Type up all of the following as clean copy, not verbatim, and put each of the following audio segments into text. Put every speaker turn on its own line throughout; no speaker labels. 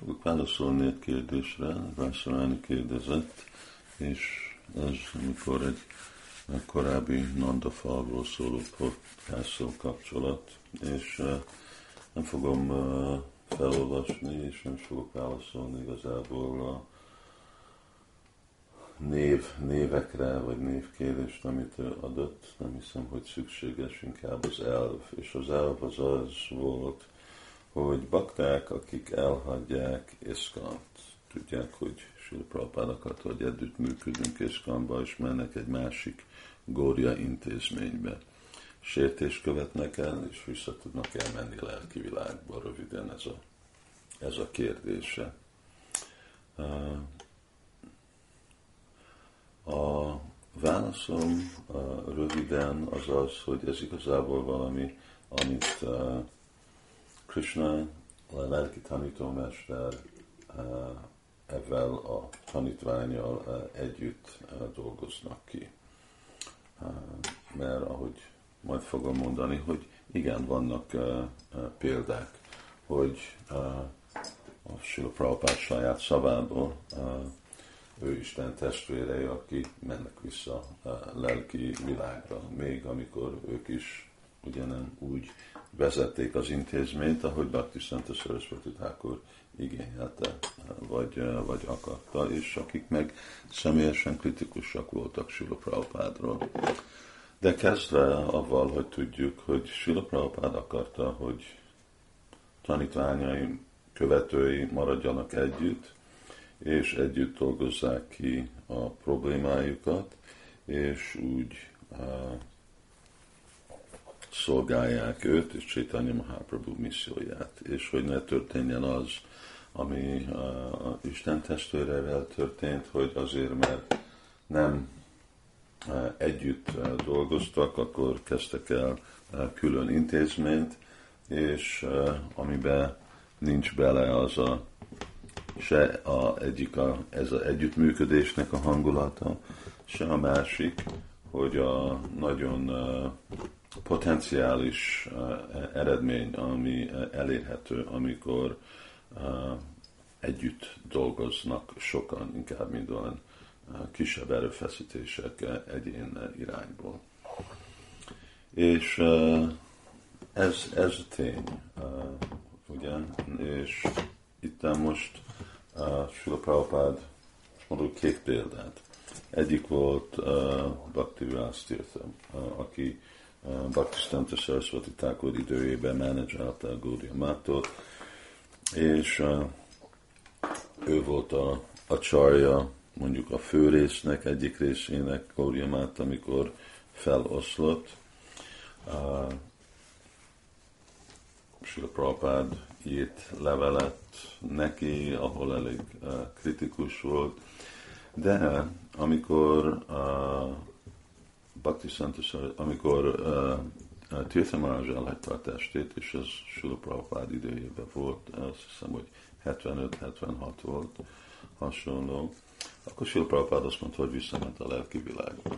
fogok válaszolni egy kérdésre, Vászorálni kérdezett, és ez amikor egy korábbi Nandafalról szóló podcastról kapcsolat, és nem fogom felolvasni, és nem is fogok válaszolni igazából a névekre, vagy névkérést, amit ő adott. Nem hiszem, hogy szükséges, inkább az elv. És az elv az volt, hogy bakták, akik elhagyják ISKCON-t, tudják, hogy Srila Prabhupád akarta, hogy együtt működünk ISKCON-ba, és mennek egy másik Gaudiya intézménybe. Sértést követnek el, és vissza tudnak elmenni a lelki világba. Röviden ez a kérdése. A válaszom röviden az az, hogy ez igazából valami, amit Krishna, a lelki tanítómester ezzel a tanítvánnyal együtt dolgoznak ki. Mert ahogy majd fogom mondani, hogy igen, vannak példák, hogy a Srila Prabhupád saját szavából ő Isten testvérei, akik mennek vissza a lelki világra, még amikor ők is ugye nem úgy vezették az intézményt, ahogy Bhaktisztanta Sarasvati Thakur igényelte, vagy akarta, és akik meg személyesen kritikusak voltak Srila Prabhupádról. De kezdve avval, hogy tudjuk, hogy Srila Prabhupád akarta, hogy tanítványai, követői maradjanak együtt, és együtt dolgozzák ki a problémájukat, és úgy szolgálják őt és Chaitanya Mahaprabhu misszióját, és hogy ne történjen az, ami Isten testvérevel történt, hogy azért, mert nem együtt dolgoztak, akkor kezdtek el külön intézményt, és amiben nincs bele az ez az együttműködésnek a hangulata, se a másik, hogy a nagyon potenciális eredmény, ami elérhető, amikor együtt dolgoznak sokan, inkább mint olyan kisebb erőfeszítések egyén irányból. És ez a tény, ugye, és itt most Srila Prabhupád, mondjuk két példát. Egyik volt Bhakti-Vilas Tirtha, aki Bhaktisztanta Sarasvati Thakur időjében menedzselte a Gaudiya Mátot, és ő volt a csarja, mondjuk a főrésznek, egyik részének Gaudiya Máta, amikor feloszlott. Srila Prabhupád írt levelet neki, ahol elég kritikus volt, de amikor amikor Tirtha Maharaj elhagyta a testét, és ez Srila Prabhupád idejében volt, azt hiszem, hogy 75-76 volt hasonló, akkor Srila Prabhupád azt mondta, hogy visszament a lelki világba.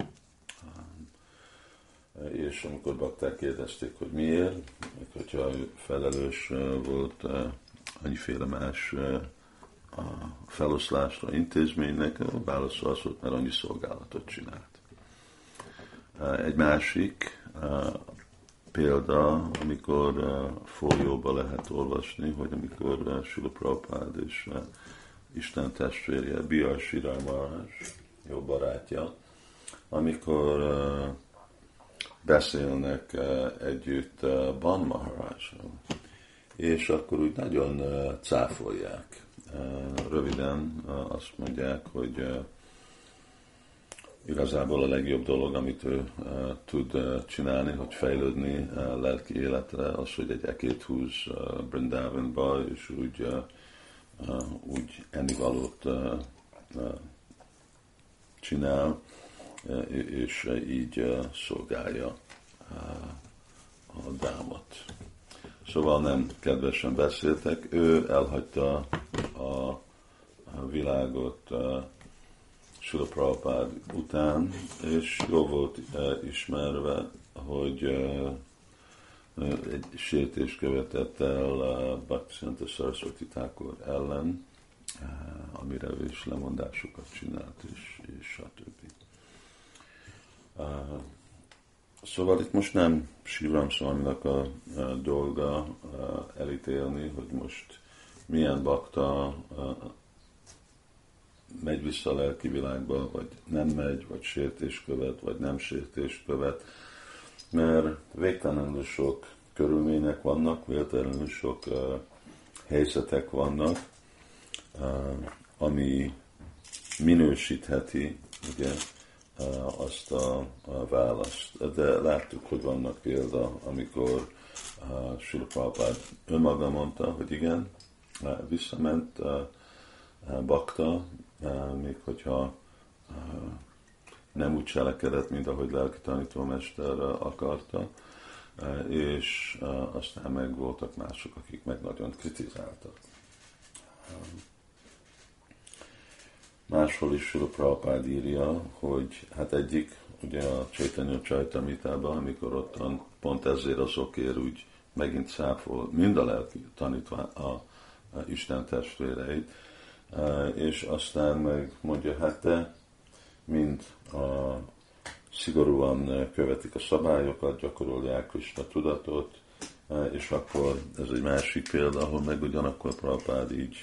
És amikor bakták kérdezték, hogy miért, hogyha felelős volt annyiféle más a feloszlásra intézménynek, a válasz az volt, mert annyi szolgálatot csinált. Egy másik példa, amikor folyóba lehet olvasni, hogy amikor Srila Prabhupád és Isten testvérje, B.R. Sridhar Maharaj, jó barátja, amikor beszélnek együtt Ban Maharajról, és akkor úgy nagyon cáfolják. Röviden azt mondják, hogy igazából a legjobb dolog, amit ő tud csinálni, hogy fejlődni lelki életre, az, hogy egy ekét húz Brindavanba, és úgy ennivalót csinál, és így szolgálja a dámot. Szóval nem kedvesen beszéltek, ő elhagyta a világot Srila Prabhupád után, és jó volt ismerve, hogy egy sértést követett el Bhaktisiddhanta Saraswati Thakur ellen, amire ő is lemondásokat csinált, és stb. Szóval itt most nem Sriram Swaminak a dolga elítélni, hogy most milyen bakta megy vissza a lelki világba, vagy nem megy, vagy sértés követ, vagy nem sértés követ, mert végtelenül sok körülmények vannak, végtelenül sok helyzetek vannak, ami minősítheti ugye, azt a választ. De láttuk, hogy vannak példa, amikor Srila Prabhupád önmaga mondta, hogy igen, visszament bakta, még hogyha nem úgy cselekedett, mint ahogy lelki tanítómester akarta, és aztán meg voltak mások, akik meg nagyon kritizáltak. Máshol is Srila Prabhupád írja, hogy hát egyik, ugye a Chaitanya Charitamritában, amikor ottan pont ezért azokért úgy megint száfol mind a lelki tanítvány, a Isten testvéreit, és aztán meg mondja, hát te mind szigorúan követik a szabályokat, gyakorolják Krishna tudatot, és akkor ez egy másik példa, ahol meg ugyanakkor Prabhupád így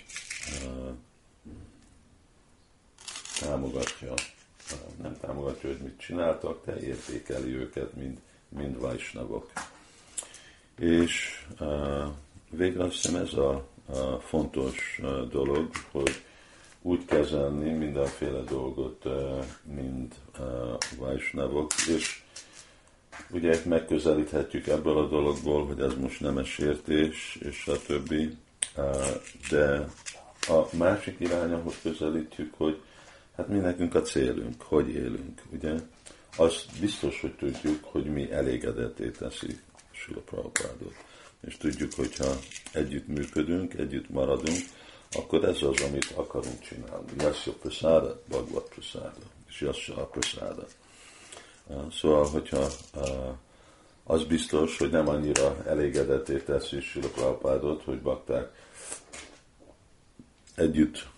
támogatja, nem támogatja, hogy mit csináltak, de értékeli őket, mind Vaisnavok. És végre azt hiszem ez a fontos dolog, hogy úgy kezelni mindenféle dolgot, mint Vaisnavok, és ugye megközelíthetjük ebből a dologból, hogy ez most nem egy sértés, és stb. De a másik irány, ahol közelítjük, hogy hát mi nekünk a célunk, hogy élünk, ugye? Azt biztos, hogy tudjuk, hogy mi elégedetté teszi Srila Prabhupádot. És tudjuk, hogyha együtt működünk, együtt maradunk, akkor ez az, amit akarunk csinálni. Yasya Prasada, Bhagavad Prasada, és Yasya Prasada. Szóval, hogyha az biztos, hogy nem annyira elégedetté teszi Srila Prabhupádot, hogy bakták együtt,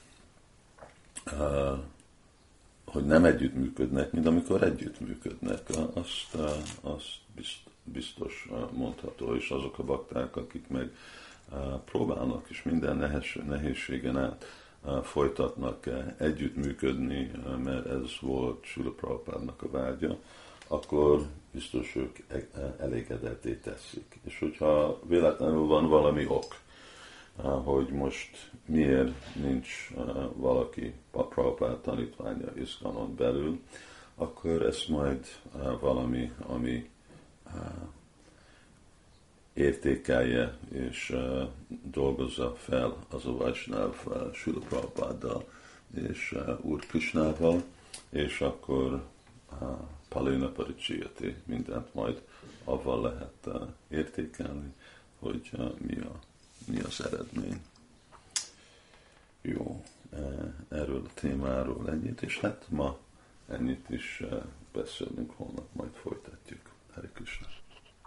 hogy nem együttműködnek, mint amikor együttműködnek. Azt biztos mondható, és azok a bakták, akik meg próbálnak, és minden nehézségen át folytatnak együttműködni, mert ez volt Srila Prabhupádnak a vágya, akkor biztos ők elégedetté teszik. És hogyha véletlenül van valami ok, hogy most miért nincs valaki Prabhupád tanítványa ISKCON-on belül, akkor ez majd valami, ami értékelje és dolgozza fel az a Vaisnáv Srila Prabhupáddal és Úr Krishnával, és akkor Palena Paricsiyati, mindent majd avval lehet értékelni, hogy mi az eredmény. Jó, erről a témáról ennyit, és hát ma ennyit is beszélünk, holnap majd folytatjuk. Hare Krishna.